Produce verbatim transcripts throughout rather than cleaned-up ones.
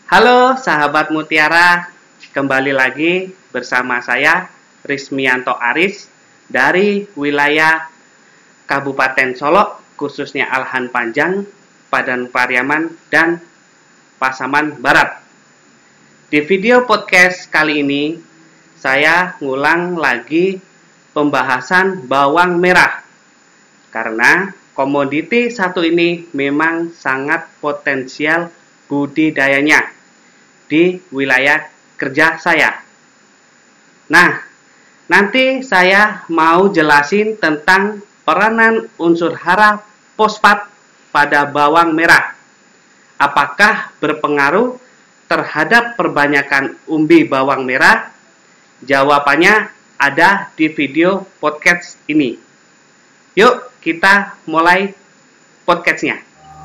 Halo sahabat Mutiara, kembali lagi bersama saya Rismianto Aris dari wilayah Kabupaten Solok, khususnya Alhan Panjang, Padan Pariaman, dan Pasaman Barat. Di video podcast kali ini, saya ngulang lagi pembahasan bawang merah. Karena komoditi satu ini memang sangat potensial budidayanya di wilayah kerja saya. Nah, nanti saya mau jelasin tentang peranan unsur hara fosfat pada bawang merah. Apakah berpengaruh terhadap perbanyakan umbi bawang merah? Jawabannya ada di video podcast ini. Yuk kita mulai podcastnya.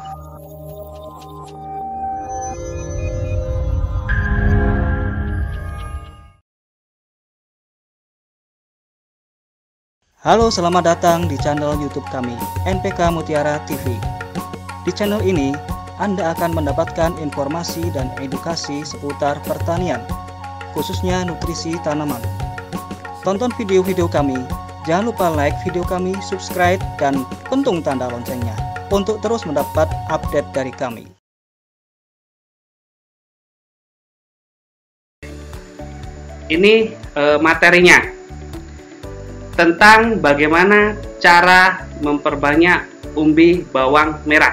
Halo, selamat datang di channel YouTube kami, N P K Mutiara T V. Di channel ini, Anda akan mendapatkan informasi dan edukasi seputar pertanian, khususnya nutrisi tanaman. Tonton video-video kami, jangan lupa like video kami, subscribe, dan pentung tanda loncengnya untuk terus mendapat update dari kami. Ini e, materinya tentang bagaimana cara memperbanyak umbi bawang merah.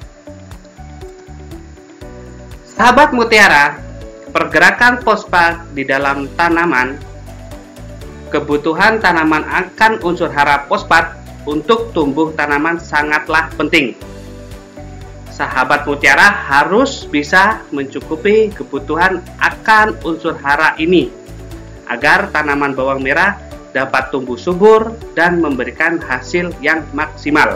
Sahabat Mutiara, pergerakan fosfat di dalam tanaman, kebutuhan tanaman akan unsur hara fosfat untuk tumbuh tanaman sangatlah penting. Sahabat Mutiara harus bisa mencukupi kebutuhan akan unsur hara ini agar tanaman bawang merah dapat tumbuh subur dan memberikan hasil yang maksimal.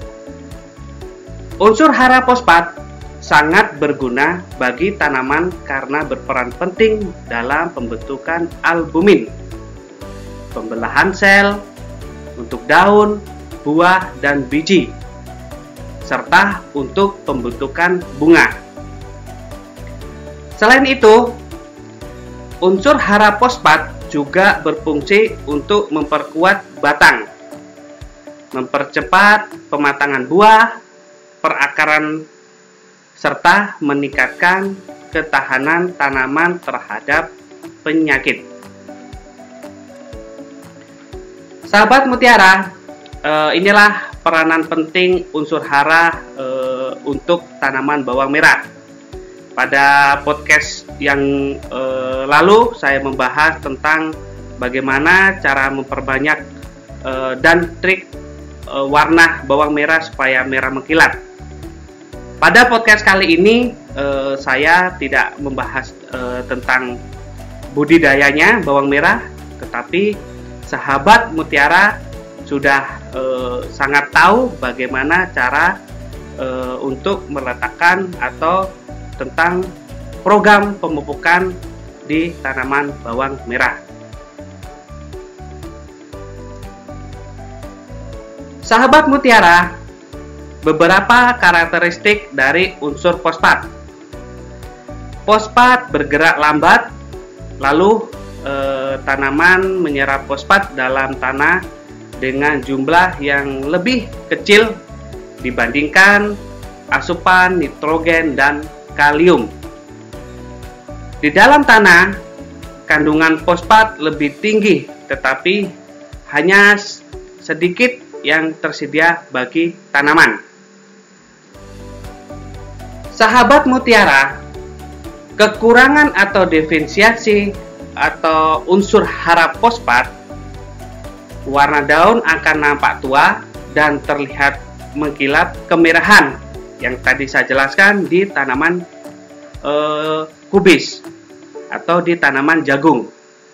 Unsur hara fosfat sangat berguna bagi tanaman karena berperan penting dalam pembentukan albumin, pembelahan sel untuk daun, buah, dan biji, serta untuk pembentukan bunga. Selain itu, unsur hara fosfat juga berfungsi untuk memperkuat batang, mempercepat pematangan buah, perakaran, serta meningkatkan ketahanan tanaman terhadap penyakit. Sahabat Mutiara, inilah peranan penting unsur hara untuk tanaman bawang merah. Pada podcast yang lalu saya membahas tentang bagaimana cara memperbanyak dan trik warna bawang merah supaya merah mengkilat. Pada podcast kali ini saya tidak membahas tentang budidayanya bawang merah, tetapi sahabat Mutiara sudah eh, sangat tahu bagaimana cara eh, untuk meletakkan atau tentang program pemupukan di tanaman bawang merah. Sahabat Mutiara, beberapa karakteristik dari unsur fosfat. Fosfat bergerak lambat, lalu Eh, tanaman menyerap fosfat dalam tanah dengan jumlah yang lebih kecil dibandingkan asupan nitrogen dan kalium. Di dalam tanah, kandungan fosfat lebih tinggi, tetapi hanya sedikit yang tersedia bagi tanaman. Sahabat Mutiara, kekurangan atau defisiensi atau unsur hara fosfat, warna daun akan nampak tua dan terlihat mengkilap kemerahan yang tadi saya jelaskan di tanaman eh, kubis atau di tanaman jagung.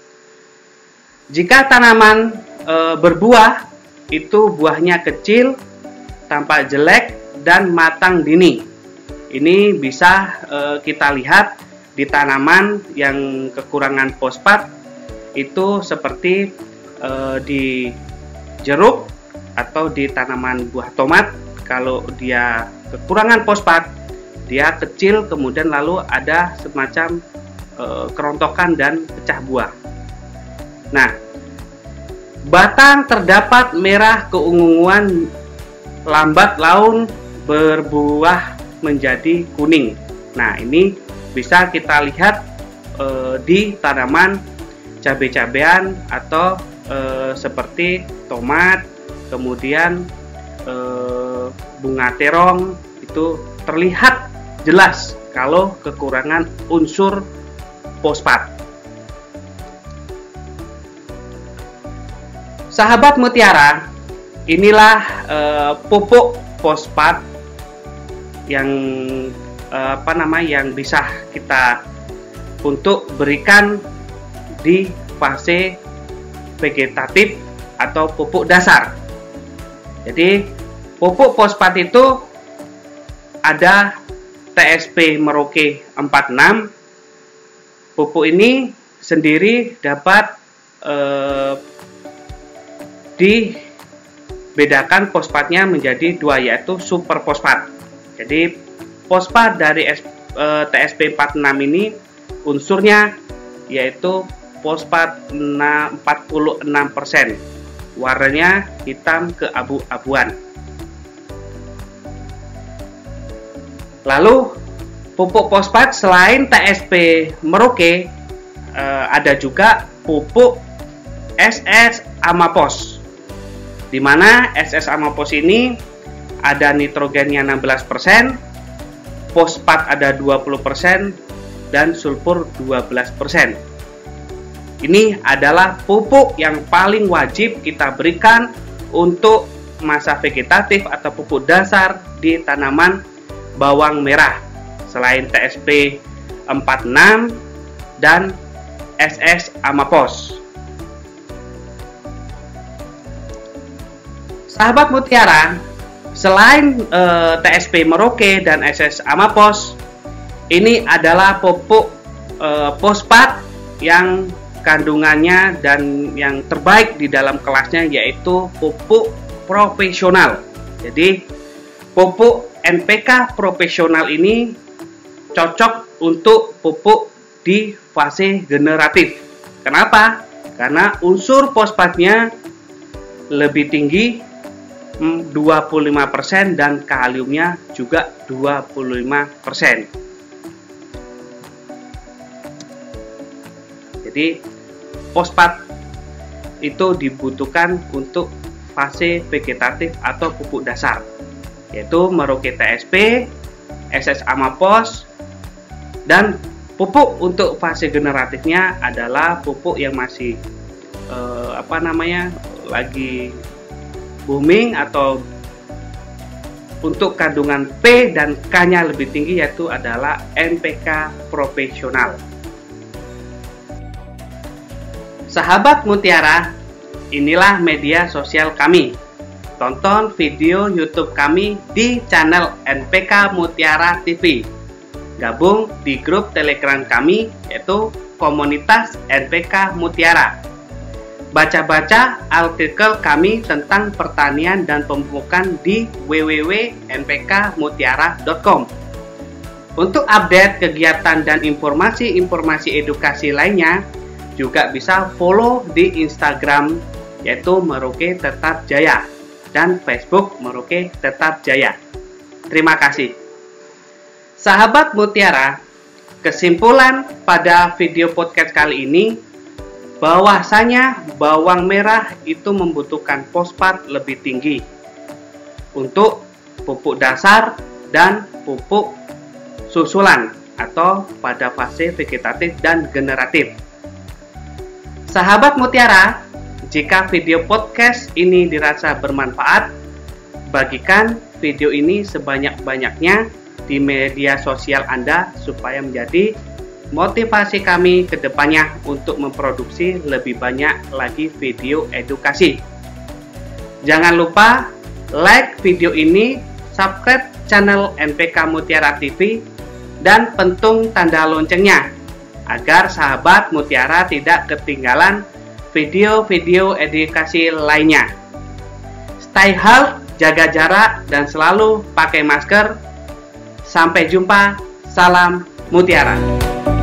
Jika tanaman eh, berbuah, itu buahnya kecil, tampak jelek, dan matang dini. Ini bisa eh, kita lihat di tanaman yang kekurangan fosfat, itu seperti e, di jeruk atau di tanaman buah tomat. Kalau dia kekurangan fosfat, dia kecil, kemudian lalu ada semacam e, kerontokan dan pecah buah. Nah, batang terdapat merah keunguan, lambat laun berbuah menjadi kuning. Nah, ini bisa kita lihat e, di tanaman cabai-cabean atau e, seperti tomat, kemudian e, bunga terong, itu terlihat jelas kalau kekurangan unsur fosfat. Sahabat mutiara, inilah e, pupuk fosfat yang eh, apa namanya yang bisa kita untuk berikan di fase vegetatif atau pupuk dasar. Jadi pupuk fosfat itu ada T S P Merauke empat puluh enam. Pupuk ini sendiri dapat eh, dibedakan fosfatnya menjadi dua, yaitu super fosfat. Jadi fosfat dari S, e, T S P empat puluh enam ini unsurnya yaitu fosfat empat puluh enam persen. Warnanya hitam keabu-abuan. Lalu pupuk fosfat selain T S P Merauke e, ada juga pupuk S S Amapos. Di mana S S Amapos ini ada nitrogennya enam belas persen, fosfat ada dua puluh persen, dan sulfur dua belas persen. Ini adalah pupuk yang paling wajib kita berikan untuk masa vegetatif atau pupuk dasar di tanaman bawang merah selain T S P empat puluh enam dan S S Amapos. Sahabat mutiara, selain eh, T S P Merauke dan S S Amapos, ini adalah pupuk eh, fosfat yang kandungannya dan yang terbaik di dalam kelasnya, yaitu pupuk profesional. Jadi pupuk N P K profesional ini cocok untuk pupuk di fase generatif. Kenapa? Karena unsur fosfatnya lebih tinggi, dua puluh lima persen, dan kaliumnya juga dua puluh lima persen. Jadi fosfat itu dibutuhkan untuk fase vegetatif atau pupuk dasar, yaitu Merauke T S P, S S Amapos, dan pupuk untuk fase generatifnya adalah pupuk yang masih eh, apa namanya lagi booming atau untuk kandungan P dan K-nya lebih tinggi, yaitu adalah N P K profesional. Sahabat mutiara, inilah media sosial kami. Tonton video YouTube kami di channel N P K Mutiara T V. Gabung di grup Telegram kami, yaitu Komunitas N P K Mutiara. Baca-baca artikel kami tentang pertanian dan pemupukan di w w w titik n p k mutiara titik com. Untuk update kegiatan dan informasi-informasi edukasi lainnya, juga bisa follow di Instagram, yaitu Merauke Tetap Jaya, dan Facebook Merauke Tetap Jaya. Terima kasih. Sahabat mutiara, kesimpulan pada video podcast kali ini, bahwasanya bawang merah itu membutuhkan fosfat lebih tinggi untuk pupuk dasar dan pupuk susulan atau pada fase vegetatif dan generatif. Sahabat mutiara, jika video podcast ini dirasa bermanfaat, bagikan video ini sebanyak-banyaknya di media sosial Anda supaya menjadi motivasi kami ke depannya untuk memproduksi lebih banyak lagi video edukasi. Jangan lupa like video ini, subscribe channel N P K Mutiara T V, dan pentung tanda loncengnya agar sahabat mutiara tidak ketinggalan video-video edukasi lainnya. Stay healthy, jaga jarak, dan selalu pakai masker. Sampai jumpa, salam mutiara.